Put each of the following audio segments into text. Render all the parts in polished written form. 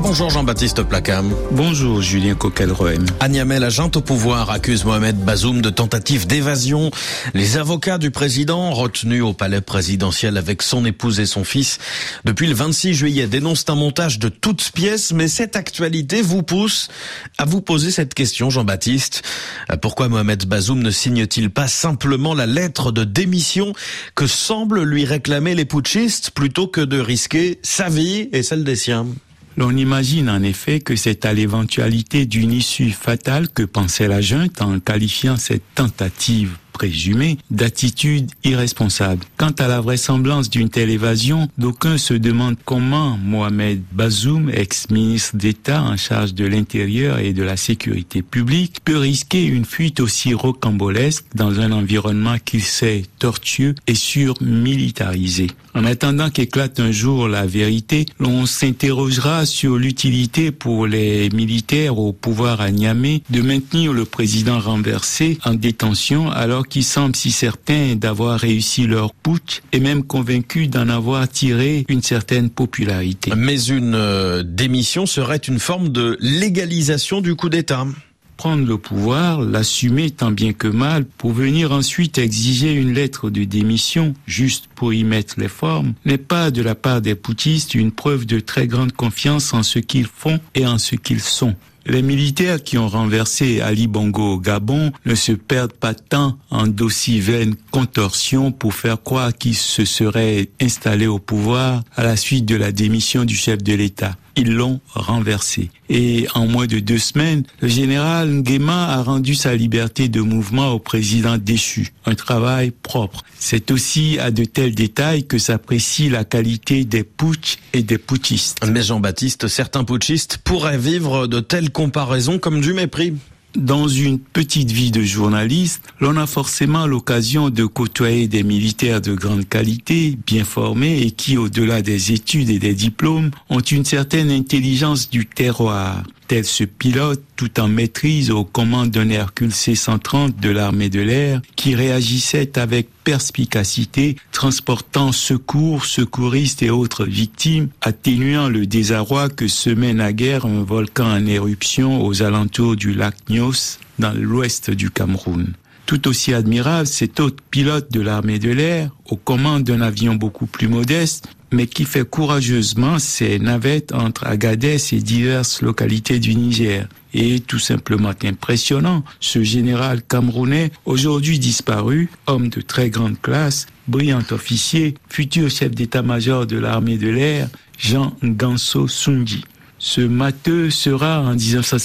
Bonjour Jean-Baptiste Placam. Bonjour Julien Coquelroem. À Niamey, la junte au pouvoir accuse Mohamed Bazoum de tentative d'évasion. Les avocats du président, retenus au palais présidentiel avec son épouse et son fils depuis le 26 juillet, dénoncent un montage de toutes pièces. Mais cette actualité vous pousse à vous poser cette question, Jean-Baptiste. Pourquoi Mohamed Bazoum ne signe-t-il pas simplement la lettre de démission que semblent lui réclamer les putschistes plutôt que de risquer sa vie et celle des siens? L'on imagine en effet que c'est à l'éventualité d'une issue fatale que pensait la junte en qualifiant cette tentative présumée d'attitude irresponsable. Quant à la vraisemblance d'une telle évasion, d'aucuns se demandent comment Mohamed Bazoum, ex-ministre d'État en charge de l'Intérieur et de la Sécurité publique, peut risquer une fuite aussi rocambolesque dans un environnement qu'il sait tortueux et surmilitarisé. En attendant qu'éclate un jour la vérité, l'on s'interrogera sur l'utilité pour les militaires au pouvoir à Niamey de maintenir le président renversé en détention alors qu'ils semblent si certains d'avoir réussi leur putsch et même convaincus d'en avoir tiré une certaine popularité. Mais une démission serait une forme de légalisation du coup d'État. Prendre le pouvoir, l'assumer tant bien que mal, pour venir ensuite exiger une lettre de démission, juste pour y mettre les formes, n'est pas de la part des putschistes une preuve de très grande confiance en ce qu'ils font et en ce qu'ils sont. Les militaires qui ont renversé Ali Bongo au Gabon ne se perdent pas tant en d'aussi vaines contorsions pour faire croire qu'ils se seraient installés au pouvoir à la suite de la démission du chef de l'État. Ils l'ont renversé. Et en moins de 2 semaines, le général Nguema a rendu sa liberté de mouvement au président déchu. Un travail propre. C'est aussi à de tels détails que s'apprécie la qualité des putschs et des putschistes. Mais Jean-Baptiste, certains putschistes pourraient vivre de telles comparaisons comme du mépris. Dans une petite vie de journaliste, l'on a forcément l'occasion de côtoyer des militaires de grande qualité, bien formés et qui, au-delà des études et des diplômes, ont une certaine intelligence du terroir. Tel ce pilote, tout en maîtrise aux commandes d'un Hercule C-130 de l'armée de l'air, qui réagissait avec perspicacité, transportant secours, secouristes et autres victimes, atténuant le désarroi que semait naguère un volcan en éruption aux alentours du lac Nyos, dans l'ouest du Cameroun. Tout aussi admirable, cet autre pilote de l'armée de l'air, aux commandes d'un avion beaucoup plus modeste, mais qui fait courageusement ses navettes entre Agadez et diverses localités du Niger. Et tout simplement impressionnant, ce général camerounais, aujourd'hui disparu, homme de très grande classe, brillant officier, futur chef d'état-major de l'armée de l'air, Jean Nganso Sundji. Ce matheux sera en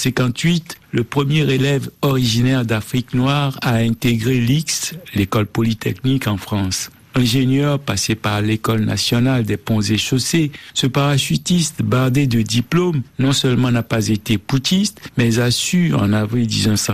1958 le premier élève originaire d'Afrique noire à intégrer l'IX, l'école polytechnique en France. Ingénieur passé par l'École nationale des ponts et chaussées, ce parachutiste bardé de diplômes non seulement n'a pas été putschiste, mais a su, en avril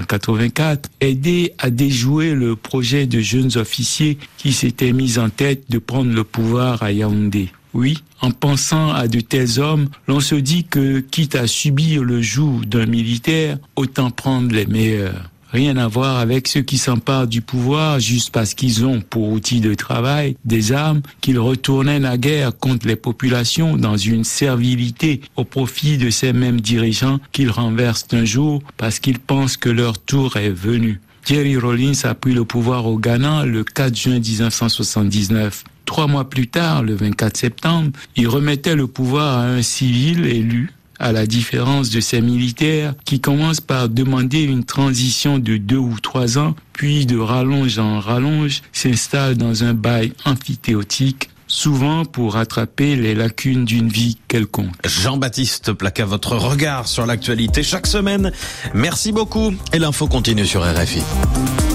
1984, aider à déjouer le projet de jeunes officiers qui s'étaient mis en tête de prendre le pouvoir à Yaoundé. Oui, en pensant à de tels hommes, l'on se dit que, quitte à subir le joug d'un militaire, autant prendre les meilleurs. Rien à voir avec ceux qui s'emparent du pouvoir juste parce qu'ils ont pour outil de travail des armes qu'ils retournaient naguère contre les populations dans une servilité au profit de ces mêmes dirigeants qu'ils renversent un jour parce qu'ils pensent que leur tour est venu. Jerry Rawlings a pris le pouvoir au Ghana le 4 juin 1979. 3 mois plus tard, le 24 septembre, il remettait le pouvoir à un civil élu, à la différence de ces militaires qui commencent par demander une transition de 2 ou 3 ans, puis de rallonge en rallonge, s'installent dans un bail amphithéotique, souvent pour rattraper les lacunes d'une vie quelconque. Jean-Baptiste Placam, votre regard sur l'actualité chaque semaine. Merci beaucoup et l'info continue sur RFI.